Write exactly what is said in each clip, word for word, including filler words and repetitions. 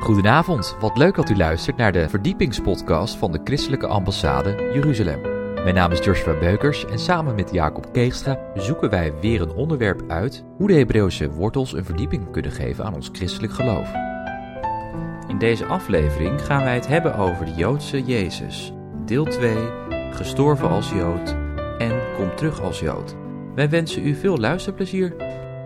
Goedenavond, wat leuk dat u luistert naar de verdiepingspodcast van de Christelijke Ambassade Jeruzalem. Mijn naam is Joshua Beukers en samen met Jacob Keegstra zoeken wij weer een onderwerp uit hoe de Hebreeuwse wortels een verdieping kunnen geven aan ons christelijk geloof. In deze aflevering gaan wij het hebben over de Joodse Jezus, deel twee, gestorven als Jood en kom terug als Jood. Wij wensen u veel luisterplezier.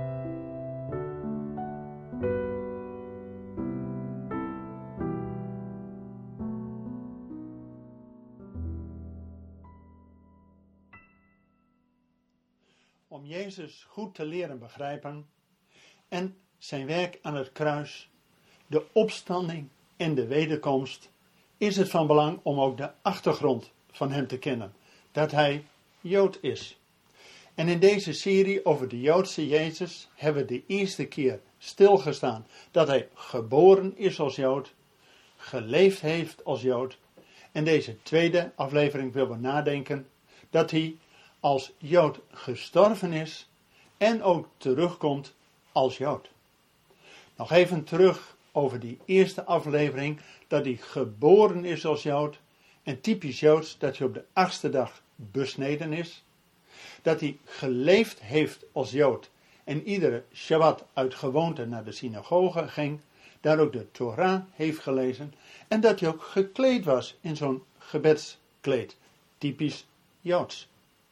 Om Jezus goed te leren begrijpen en zijn werk aan het kruis, de opstanding en de wederkomst, is het van belang om ook de achtergrond van hem te kennen, dat hij Jood is. En in deze serie over de Joodse Jezus hebben we de eerste keer stilgestaan dat hij geboren is als Jood, geleefd heeft als Jood. En deze tweede aflevering willen we nadenken dat hij als Jood gestorven is en ook terugkomt als Jood. Nog even terug over die eerste aflevering, dat hij geboren is als Jood en typisch Joods dat hij op de achtste dag besneden is. Dat hij geleefd heeft als Jood en iedere Shabbat uit gewoonte naar de synagoge ging, daar ook de Torah heeft gelezen en dat hij ook gekleed was in zo'n gebedskleed, typisch Joods.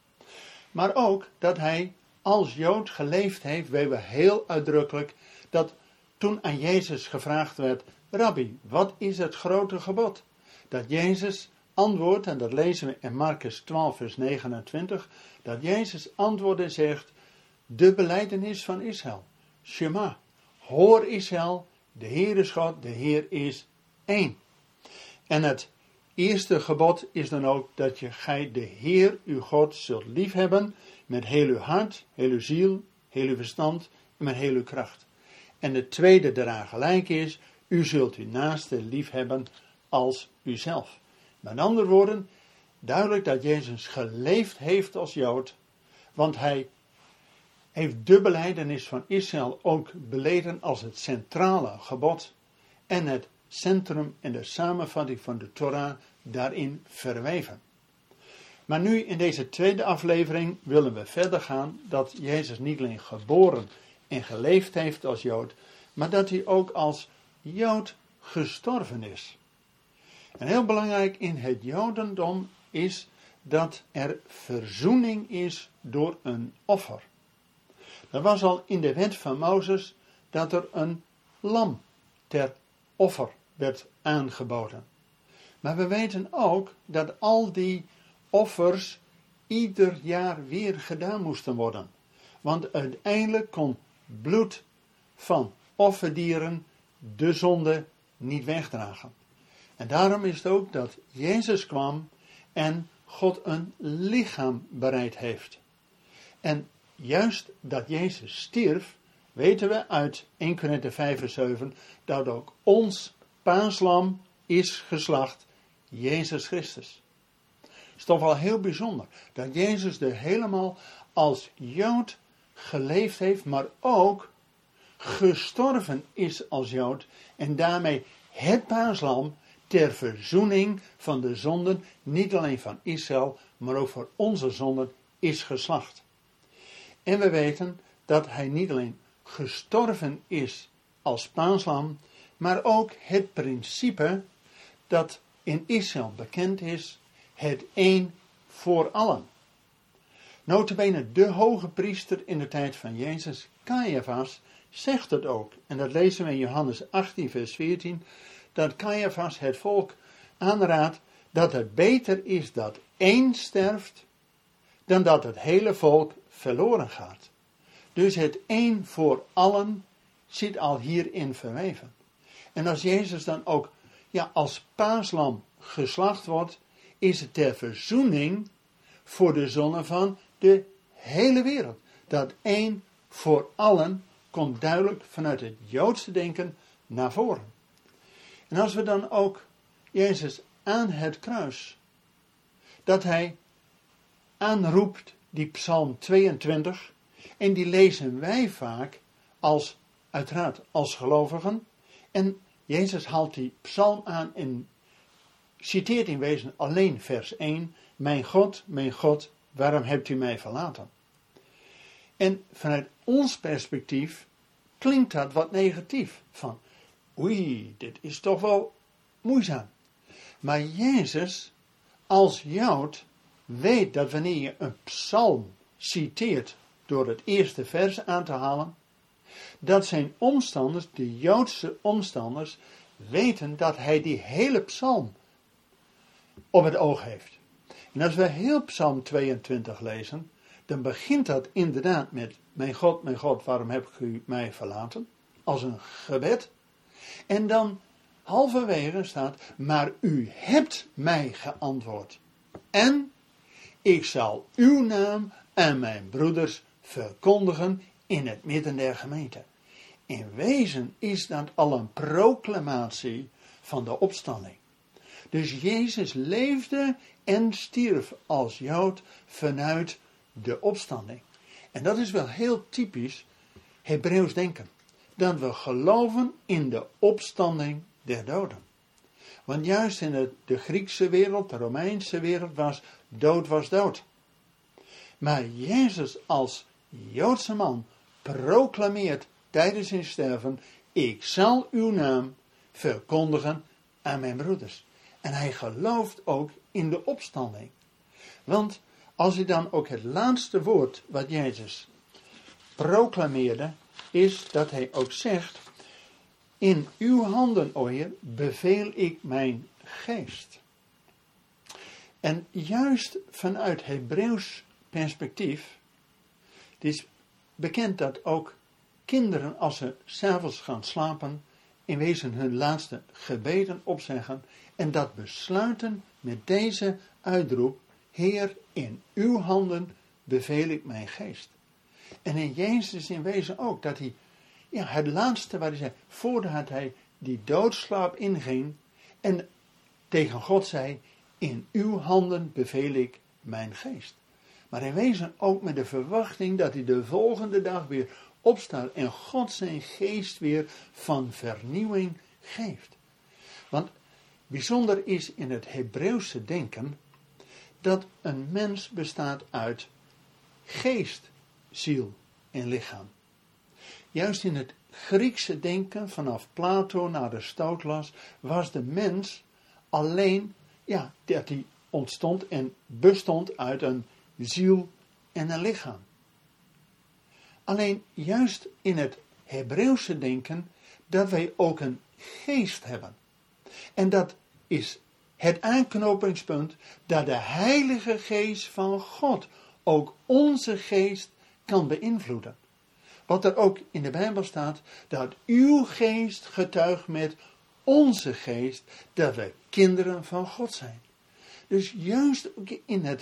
Maar ook dat hij als Jood geleefd heeft, weten we heel uitdrukkelijk dat toen aan Jezus gevraagd werd, Rabbi, wat is het grote gebod? Dat Jezus antwoordt, en dat lezen we in Marcus twaalf vers negenentwintig, dat Jezus antwoordt en zegt, de belijdenis van Israël, Shema, hoor Israël, de Heer is God, de Heer is één. En het eerste gebod is dan ook dat je gij de Heer uw God zult liefhebben met heel uw hart, heel uw ziel, heel uw verstand en met heel uw kracht. En de tweede daaraan gelijk is, u zult uw naaste liefhebben als uzelf. Met andere woorden, duidelijk dat Jezus geleefd heeft als Jood, want hij heeft de belijdenis van Israël ook beleden als het centrale gebod en het centrum en de samenvatting van de Torah daarin verweven. Maar nu in deze tweede aflevering willen we verder gaan dat Jezus niet alleen geboren en geleefd heeft als Jood, maar dat hij ook als Jood gestorven is. En heel belangrijk in het Jodendom is dat er verzoening is door een offer. Er was al in de wet van Mozes dat er een lam ter offer werd aangeboden. Maar we weten ook dat al die offers ieder jaar weer gedaan moesten worden. Want uiteindelijk kon bloed van offerdieren de zonde niet wegdragen. En daarom is het ook dat Jezus kwam en God een lichaam bereid heeft. En juist dat Jezus stierf, weten we uit eerste Korinthe vijf vers zeven, dat ook ons paaslam is geslacht, Jezus Christus. Het is toch wel heel bijzonder dat Jezus er helemaal als Jood geleefd heeft, maar ook gestorven is als Jood en daarmee het paaslam ter verzoening van de zonden, niet alleen van Israël, maar ook voor onze zonden is geslacht. En we weten dat hij niet alleen gestorven is als paaslam, maar ook het principe dat in Israël bekend is, het één voor allen. Notabene de hoge priester in de tijd van Jezus, Caiaphas, zegt het ook. En dat lezen we in Johannes achttien vers veertien, dat Caiaphas het volk aanraadt dat het beter is dat één sterft, dan dat het hele volk verloren gaat. Dus het één voor allen zit al hierin verweven. En als Jezus dan ook ja, als paaslam geslacht wordt, is het ter verzoening voor de zonden van de hele wereld. Dat één voor allen komt duidelijk vanuit het Joodse denken naar voren. En als we dan ook Jezus aan het kruis, dat hij aanroept die Psalm tweeëntwintig, en die lezen wij vaak als, uiteraard als gelovigen, en Jezus haalt die psalm aan en citeert in wezen alleen vers één. Mijn God, mijn God, waarom hebt u mij verlaten? En vanuit ons perspectief klinkt dat wat negatief. Van, oei, dit is toch wel moeizaam. Maar Jezus, als Jood, weet dat wanneer je een psalm citeert door het eerste vers aan te halen, dat zijn omstanders, de Joodse omstanders, weten dat hij die hele psalm op het oog heeft. En als we heel psalm tweeëntwintig lezen, dan begint dat inderdaad met, mijn God, mijn God, waarom hebt u mij verlaten? Als een gebed. En dan halverwege staat, maar u hebt mij geantwoord. En ik zal uw naam aan mijn broeders verkondigen in het midden der gemeente. In wezen is dat al een proclamatie van de opstanding. Dus Jezus leefde en stierf als Jood vanuit de opstanding. En dat is wel heel typisch Hebreeuws denken. Dat we geloven in de opstanding der doden. Want juist in het, de Griekse wereld, de Romeinse wereld was dood was dood. Maar Jezus als Joodse man proclameert tijdens zijn sterven, ik zal uw naam verkondigen aan mijn broeders. En hij gelooft ook in de opstanding. Want als je dan ook het laatste woord wat Jezus proclameerde, is dat hij ook zegt, in uw handen, o Heer, beveel ik mijn geest. En juist vanuit Hebreeuws perspectief, het is bekend dat ook kinderen, als ze 's avonds gaan slapen, in wezen hun laatste gebeden opzeggen en dat besluiten met deze uitroep, Heer, in uw handen beveel ik mijn geest. En in Jezus in wezen ook, dat hij, ja, het laatste wat hij zei, voordat hij die doodslaap inging en tegen God zei, in uw handen beveel ik mijn geest. Maar in wezen ook met de verwachting dat hij de volgende dag weer opstaat en God zijn geest weer van vernieuwing geeft. Want bijzonder is in het Hebreeuwse denken dat een mens bestaat uit geest, ziel en lichaam. Juist in het Griekse denken vanaf Plato naar Aristoteles was de mens alleen, ja, dat die ontstond en bestond uit een ziel en een lichaam. Alleen juist in het Hebreeuwse denken dat wij ook een geest hebben. En dat is het aanknopingspunt dat de Heilige Geest van God ook onze geest kan beïnvloeden. Wat er ook in de Bijbel staat, dat uw geest getuigt met onze geest dat we kinderen van God zijn. Dus juist in het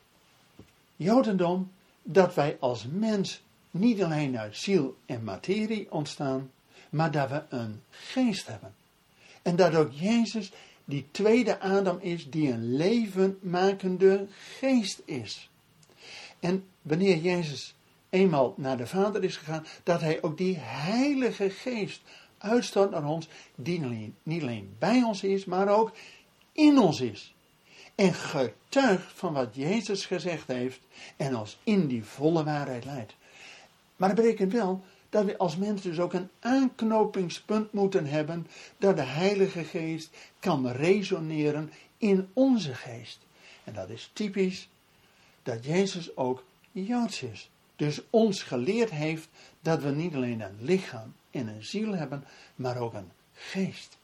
Jodendom dat wij als mens niet alleen uit ziel en materie ontstaan, maar dat we een geest hebben. En dat ook Jezus die tweede Adam is die een levenmakende geest is. En wanneer Jezus eenmaal naar de Vader is gegaan, dat hij ook die Heilige Geest uitstort naar ons, die niet alleen, niet alleen bij ons is, maar ook in ons is. En getuigt van wat Jezus gezegd heeft en ons in die volle waarheid leidt. Maar dat betekent wel dat we als mensen dus ook een aanknopingspunt moeten hebben, dat de Heilige Geest kan resoneren in onze geest. En dat is typisch dat Jezus ook Joods is. Dus ons geleerd heeft dat we niet alleen een lichaam en een ziel hebben, maar ook een geest.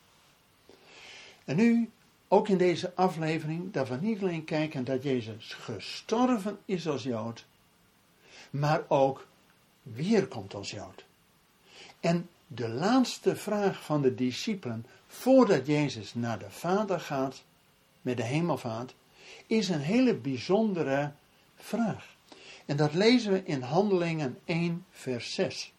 En nu, ook in deze aflevering, dat we niet alleen kijken dat Jezus gestorven is als Jood, maar ook weerkomt als Jood. En de laatste vraag van de discipelen, voordat Jezus naar de Vader gaat, met de hemelvaart, is een hele bijzondere vraag. En dat lezen we in Handelingen één, vers zes.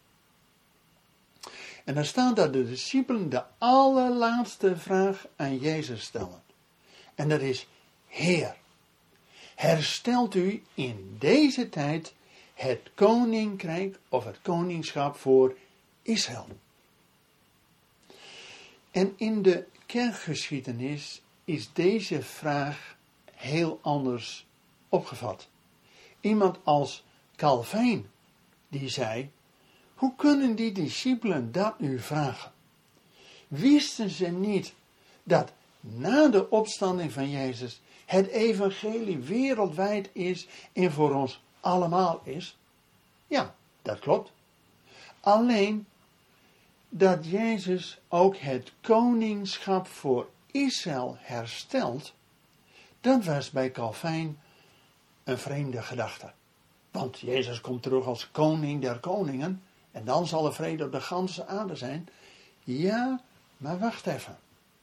En daar staat dat de discipelen de allerlaatste vraag aan Jezus stellen. En dat is, Heer, herstelt u in deze tijd het koninkrijk of het koningschap voor Israël? En in de kerkgeschiedenis is deze vraag heel anders opgevat. Iemand als Calvijn, die zei, hoe kunnen die discipelen dat nu vragen? Wisten ze niet dat na de opstanding van Jezus het evangelie wereldwijd is en voor ons allemaal is? Ja, dat klopt. Alleen dat Jezus ook het koningschap voor Israël herstelt, dat was bij Calvijn een vreemde gedachte. Want Jezus komt terug als koning der koningen en dan zal er vrede op de ganse aarde zijn. Ja, maar wacht even.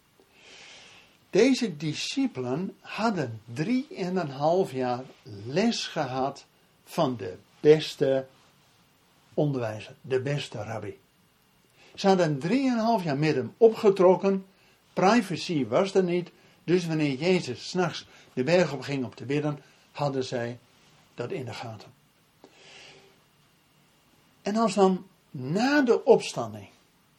Deze discipelen hadden drie en een half jaar les gehad van de beste onderwijzer, de beste rabbi. Ze hadden drieënhalf jaar met hem opgetrokken. Privacy was er niet. Dus wanneer Jezus 's nachts de berg op ging om te bidden, hadden zij dat in de gaten. En als dan na de opstanding.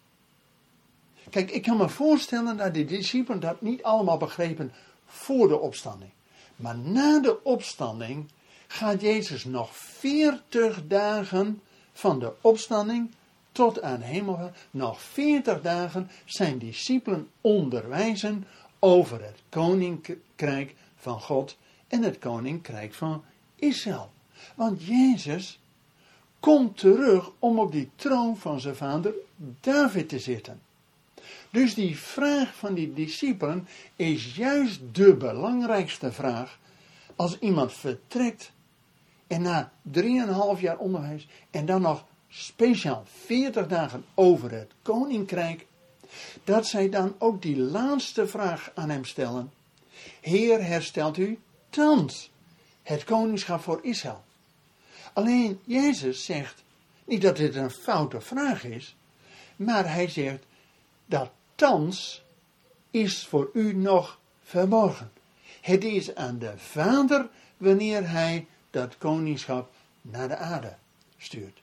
Kijk, ik kan me voorstellen dat de discipelen dat niet allemaal begrepen voor de opstanding. Maar na de opstanding gaat Jezus nog veertig dagen van de opstanding tot aan hemel, nog veertig dagen zijn discipelen onderwijzen over het koninkrijk van God en het koninkrijk van Israël. Want Jezus komt terug om op die troon van zijn vader David te zitten. Dus die vraag van die discipelen is juist de belangrijkste vraag als iemand vertrekt en na drieënhalf jaar onderwijs en dan nog speciaal veertig dagen over het koninkrijk, dat zij dan ook die laatste vraag aan hem stellen. Heer, herstelt u thans het koningschap voor Israël? Alleen Jezus zegt niet dat dit een foute vraag is, maar hij zegt dat thans is voor u nog verborgen. Het is aan de Vader wanneer hij dat koningschap naar de aarde stuurt.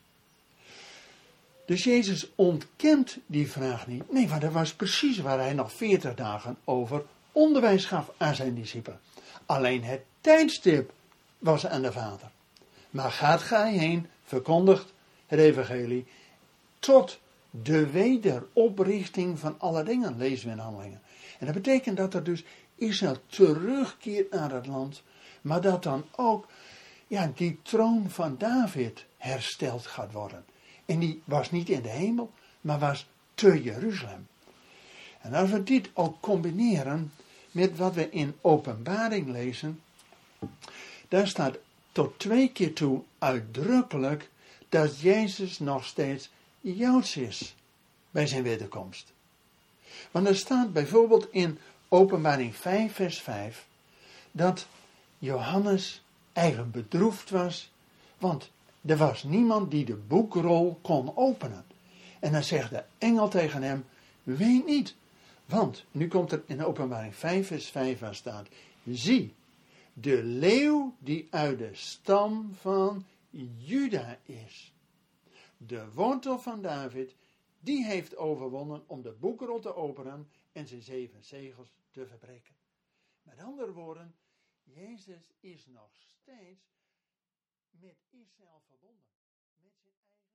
Dus Jezus ontkent die vraag niet. Nee, maar dat was precies waar hij nog veertig dagen over onderwijs gaf aan zijn discipelen. Alleen het tijdstip was aan de Vader. Maar gaat gij heen, verkondigt het evangelie, tot de wederoprichting van alle dingen, lezen we in Handelingen. En dat betekent dat er dus Israël terugkeert naar het land, maar dat dan ook ja, die troon van David hersteld gaat worden. En die was niet in de hemel, maar was te Jeruzalem. En als we dit ook combineren met wat we in Openbaring lezen, daar staat tot twee keer toe uitdrukkelijk dat Jezus nog steeds Joods is bij zijn wederkomst. Want er staat bijvoorbeeld in Openbaring vijf vers vijf dat Johannes eigenlijk bedroefd was, want er was niemand die de boekrol kon openen. En dan zegt de engel tegen hem, weet niet, want nu komt er in Openbaring vijf vers vijf waar staat, zie, de leeuw die uit de stam van Juda is. De wortel van David, die heeft overwonnen om de boekrol te openen en zijn zeven zegels te verbreken. Met andere woorden, Jezus is nog steeds met Israël verbonden. Met zijn eigen,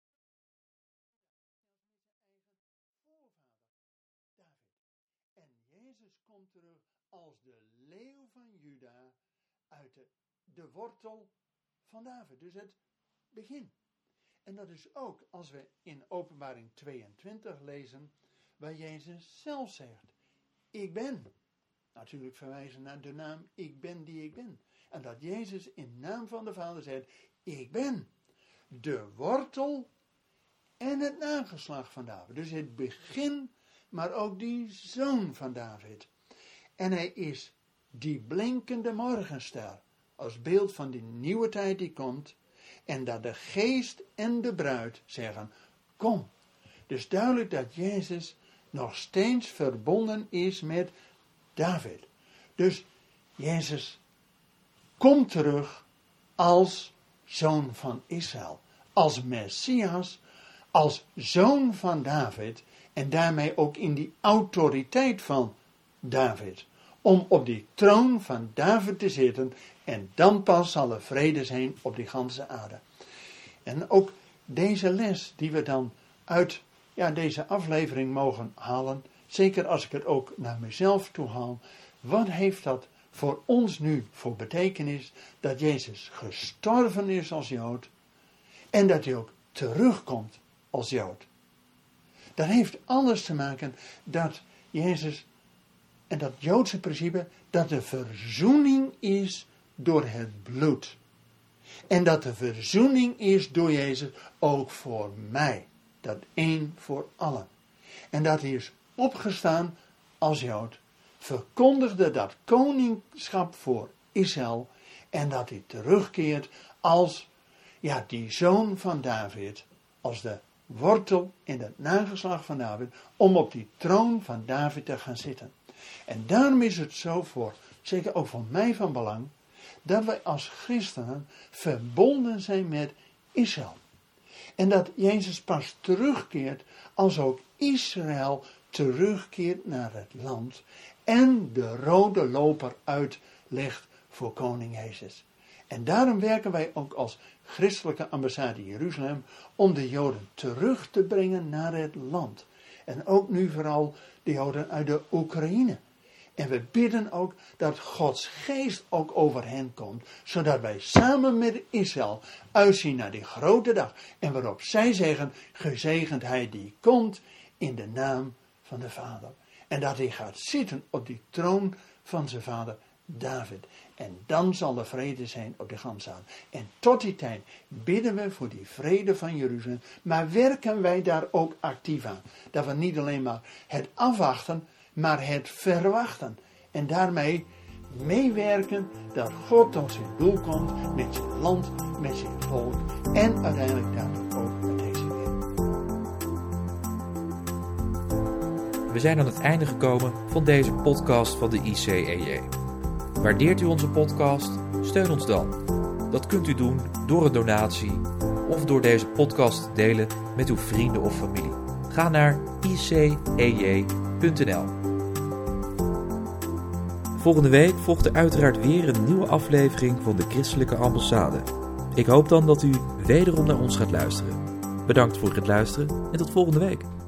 voorvader, David. En Jezus komt terug als de leeuw van Juda uit de, de wortel van David. Dus het begin. En dat is ook als we in Openbaring tweeëntwintig lezen, waar Jezus zelf zegt, ik ben. Natuurlijk verwijzen naar de naam, ik ben die ik ben. En dat Jezus in naam van de Vader zegt, ik ben de wortel en het nageslacht van David. Dus het begin, maar ook die zoon van David. En hij is die blinkende morgenster, als beeld van die nieuwe tijd die komt. En dat de geest en de bruid zeggen, kom. Dus duidelijk dat Jezus nog steeds verbonden is met David. Dus Jezus komt terug als zoon van Israël. Als Messias, als zoon van David en daarmee ook in die autoriteit van David, om op die troon van David te zitten en dan pas zal er vrede zijn op die ganse aarde. En ook deze les die we dan uit ja, deze aflevering mogen halen, zeker als ik het ook naar mezelf toe haal, wat heeft dat voor ons nu voor betekenis dat Jezus gestorven is als Jood en dat hij ook terugkomt als Jood. Dat heeft alles te maken dat Jezus en dat Joodse principe, dat de verzoening is door het bloed. En dat de verzoening is door Jezus ook voor mij. Dat één voor allen. En dat hij is opgestaan als Jood, verkondigde dat koningschap voor Israël en dat hij terugkeert als ja, die zoon van David, als de wortel in het nageslacht van David, om op die troon van David te gaan zitten. En daarom is het zo voor, zeker ook voor mij van belang, dat wij als christenen verbonden zijn met Israël. En dat Jezus pas terugkeert als ook Israël terugkeert naar het land en de rode loper uitlegt voor koning Jezus. En daarom werken wij ook als christelijke ambassade in Jeruzalem om de Joden terug te brengen naar het land. En ook nu vooral de Joden uit de Oekraïne. En we bidden ook dat Gods geest ook over hen komt, zodat wij samen met Israël uitzien naar die grote dag. En waarop zij zeggen, gezegend hij die komt in de naam van de Vader. En dat hij gaat zitten op die troon van zijn vader David. En dan zal er vrede zijn op de ganse aarde. En tot die tijd bidden we voor die vrede van Jeruzalem. Maar werken wij daar ook actief aan. Dat we niet alleen maar het afwachten, maar het verwachten. En daarmee meewerken dat God tot zijn doel komt met zijn land, met zijn volk. En uiteindelijk daardoor ook met deze wereld. We zijn aan het einde gekomen van deze podcast van de I C E J. Waardeert u onze podcast? Steun ons dan. Dat kunt u doen door een donatie of door deze podcast te delen met uw vrienden of familie. Ga naar i c e j punt n l. Volgende week volgt er uiteraard weer een nieuwe aflevering van de Christelijke Ambassade. Ik hoop dan dat u wederom naar ons gaat luisteren. Bedankt voor het luisteren en tot volgende week.